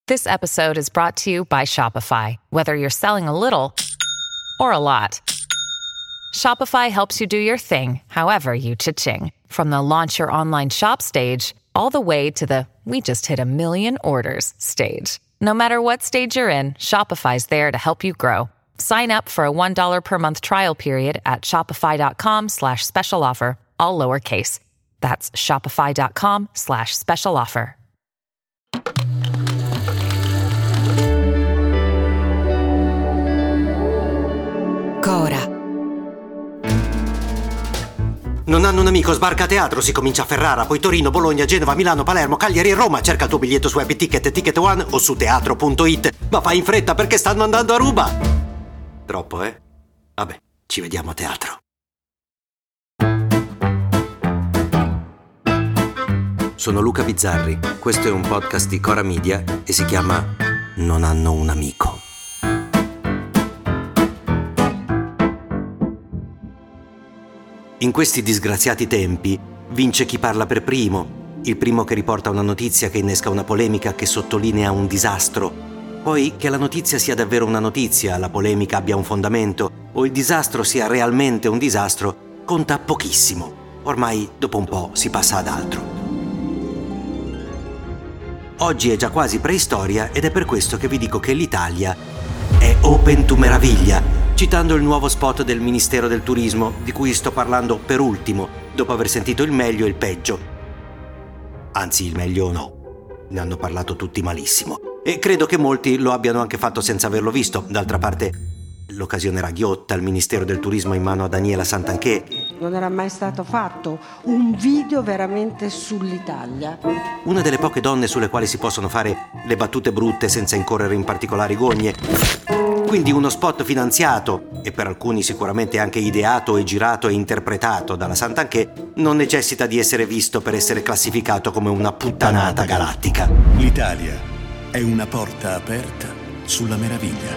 This episode is brought to you by Shopify. Whether you're selling a little or a lot, Shopify helps you do your thing, however you cha-ching. From the launch your online shop stage, all the way to the we just hit 1 million orders stage. No matter what stage you're in, Shopify's there to help you grow. Sign up for a $1 per month trial period at shopify.com/special offer, all lowercase. That's shopify.com/special offer. Cora. Non hanno un amico, sbarca a teatro, si comincia a Ferrara, poi Torino, Bologna, Genova, Milano, Palermo, Cagliari e Roma. Cerca il tuo biglietto su Happy Ticket, Ticket One o su teatro.it. Ma fai in fretta perché stanno andando a ruba. Troppo, eh? Vabbè, ci vediamo a teatro. Sono Luca Bizzarri, questo è un podcast di Cora Media e si chiama Non hanno un amico. In questi disgraziati tempi vince chi parla per primo, il primo che riporta una notizia che innesca una polemica che sottolinea un disastro. Poi che la notizia sia davvero una notizia, la polemica abbia un fondamento o il disastro sia realmente un disastro, conta pochissimo. Ormai dopo un po' si passa ad altro. Oggi è già quasi preistoria ed è per questo che vi dico che l'Italia è open to meraviglia, citando il nuovo spot del Ministero del Turismo, di cui sto parlando per ultimo, dopo aver sentito il meglio e il peggio. Anzi, il meglio no. Ne hanno parlato tutti malissimo. E credo che molti lo abbiano anche fatto senza averlo visto. D'altra parte, l'occasione era ghiotta, il Ministero del Turismo in mano a Daniela Santanchè. Non era mai stato fatto un video veramente sull'Italia. Una delle poche donne sulle quali si possono fare le battute brutte senza incorrere in particolari gogne. Quindi uno spot finanziato, e per alcuni sicuramente anche ideato e girato e interpretato dalla Santanchè, non necessita di essere visto per essere classificato come una puttanata galattica. L'Italia è una porta aperta sulla meraviglia.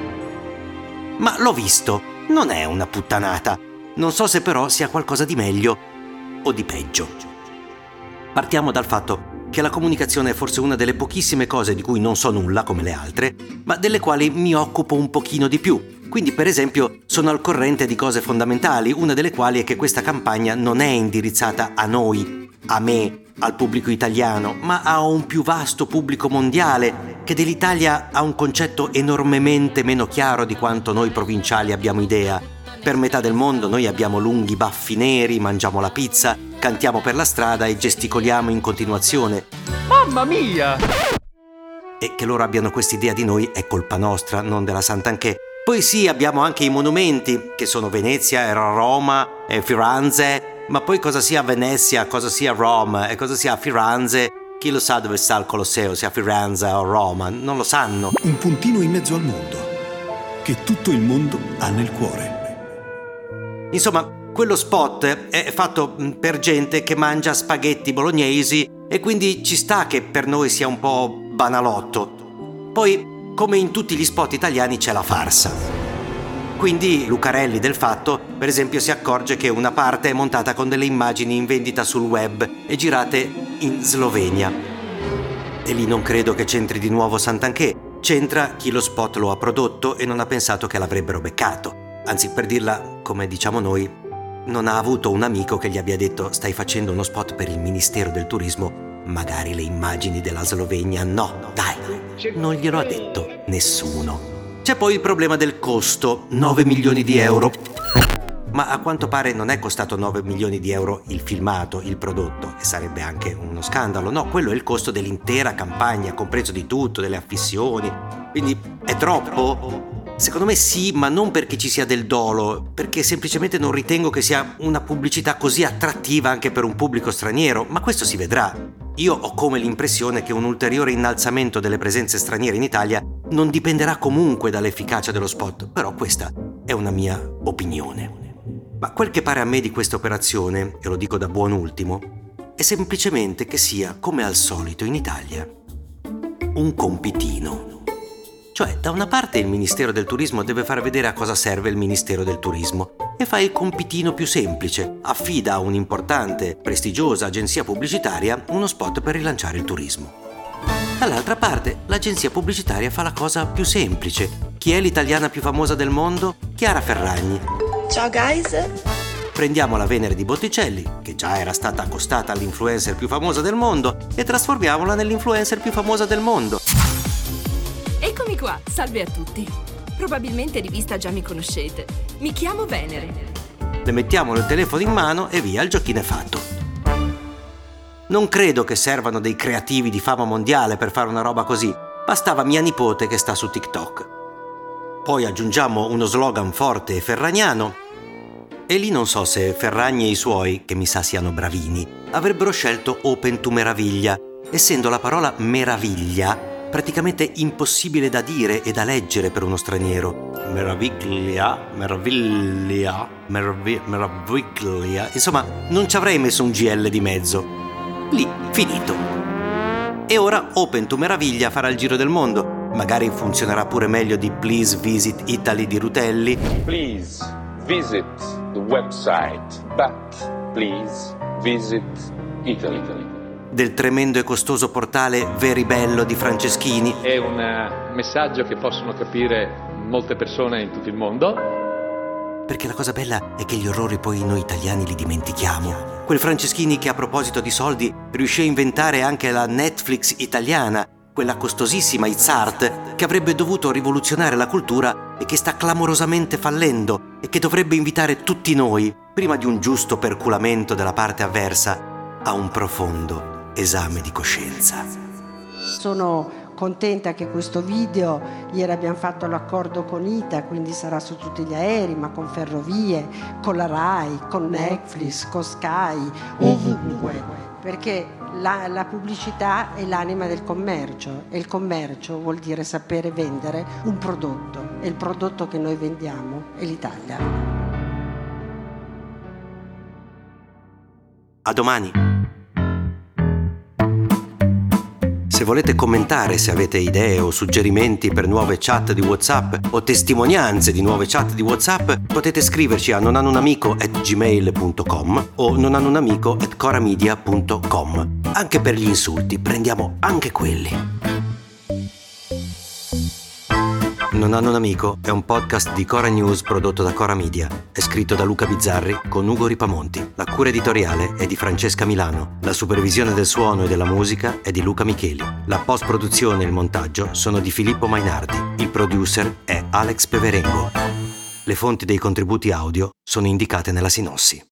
Ma l'ho visto, non è una puttanata. Non so se però sia qualcosa di meglio o di peggio. Partiamo dal fatto che la comunicazione è forse una delle pochissime cose di cui non so nulla, come le altre, ma delle quali mi occupo un pochino di più. Quindi, per esempio, sono al corrente di cose fondamentali, una delle quali è che questa campagna non è indirizzata a noi, a me, al pubblico italiano, ma a un più vasto pubblico mondiale, che dell'Italia ha un concetto enormemente meno chiaro di quanto noi provinciali abbiamo idea. Per metà del mondo noi abbiamo lunghi baffi neri, mangiamo la pizza, cantiamo per la strada e gesticoliamo in continuazione. Mamma mia! E che loro abbiano quest'idea di noi è colpa nostra, non della Santanchè. Poi sì, abbiamo anche i monumenti, che sono Venezia, Roma e Firenze, ma poi cosa sia Venezia, cosa sia Roma e cosa sia Firenze, chi lo sa dove sta il Colosseo, sia Firenze o Roma, non lo sanno. Un puntino in mezzo al mondo, che tutto il mondo ha nel cuore. Insomma, quello spot è fatto per gente che mangia spaghetti bolognesi e quindi ci sta che per noi sia un po' banalotto. Poi, come in tutti gli spot italiani, c'è la farsa. Quindi Lucarelli del Fatto, per esempio, si accorge che una parte è montata con delle immagini in vendita sul web e girate in Slovenia. E lì non credo che c'entri di nuovo Santanchè. C'entra chi lo spot lo ha prodotto e non ha pensato che l'avrebbero beccato. Anzi, per dirla come diciamo noi, non ha avuto un amico che gli abbia detto «Stai facendo uno spot per il Ministero del Turismo, magari le immagini della Slovenia». No, dai, non glielo ha detto nessuno. C'è poi il problema del costo, 9 milioni di euro. Ma a quanto pare non è costato 9 milioni di euro il filmato, il prodotto, e sarebbe anche uno scandalo. No, quello è il costo dell'intera campagna, compreso di tutto, delle affissioni. Quindi è troppo? Secondo me sì, ma non perché ci sia del dolo, perché semplicemente non ritengo che sia una pubblicità così attrattiva anche per un pubblico straniero, ma questo si vedrà. Io ho come l'impressione che un ulteriore innalzamento delle presenze straniere in Italia non dipenderà comunque dall'efficacia dello spot, però questa è una mia opinione. Ma quel che pare a me di questa operazione, e lo dico da buon ultimo, è semplicemente che sia, come al solito in Italia, un compitino. Cioè, da una parte il Ministero del Turismo deve far vedere a cosa serve il Ministero del Turismo e fa il compitino più semplice, affida a un'importante, prestigiosa agenzia pubblicitaria uno spot per rilanciare il turismo. Dall'altra parte, l'agenzia pubblicitaria fa la cosa più semplice. Chi è l'italiana più famosa del mondo? Chiara Ferragni. Ciao guys! Prendiamo la Venere di Botticelli, che già era stata accostata all'influencer più famosa del mondo, e trasformiamola nell'influencer più famosa del mondo. Eccomi qua, salve a tutti. Probabilmente di vista già mi conoscete. Mi chiamo Venere. Le mettiamo il telefono in mano e via, il giochino è fatto. Non credo che servano dei creativi di fama mondiale per fare una roba così. Bastava mia nipote che sta su TikTok. Poi aggiungiamo uno slogan forte e ferragnano. E lì non so se Ferragni e i suoi, che mi sa siano bravini, avrebbero scelto Open to Meraviglia, essendo la parola meraviglia praticamente impossibile da dire e da leggere per uno straniero. Meraviglia. Insomma, non ci avrei messo un GL di mezzo. Lì, finito. E ora Open to Meraviglia farà il giro del mondo. Magari funzionerà pure meglio di Please Visit Italy di Rutelli. Please visit the website, but please visit Italy. Del tremendo e costoso portale Veribello di Franceschini. È un messaggio che possono capire molte persone in tutto il mondo. Perché la cosa bella è che gli orrori poi noi italiani li dimentichiamo. Quel Franceschini che a proposito di soldi riuscì a inventare anche la Netflix italiana, quella costosissima Itzart, che avrebbe dovuto rivoluzionare la cultura e che sta clamorosamente fallendo e che dovrebbe invitare tutti noi, prima di un giusto perculamento della parte avversa, a un profondo esame di coscienza. Sono contenta che questo video, ieri abbiamo fatto l'accordo con ITA, quindi sarà su tutti gli aerei, ma con Ferrovie, con la Rai, con Netflix, con Sky, ovunque, perché la pubblicità è l'anima del commercio e il commercio vuol dire sapere vendere un prodotto e il prodotto che noi vendiamo è l'Italia. A domani! Se volete commentare, se avete idee o suggerimenti per nuove chat di WhatsApp o testimonianze di nuove chat di WhatsApp, potete scriverci a nonhanunamico@gmail.com o nonhanunamico@coramedia.com. Anche per gli insulti, prendiamo anche quelli. Non hanno un amico è un podcast di Cora News prodotto da Cora Media. È scritto da Luca Bizzarri con Ugo Ripamonti. La cura editoriale è di Francesca Milano. La supervisione del suono e della musica è di Luca Micheli. La post-produzione e il montaggio sono di Filippo Mainardi. Il producer è Alex Peverengo. Le fonti dei contributi audio sono indicate nella sinossi.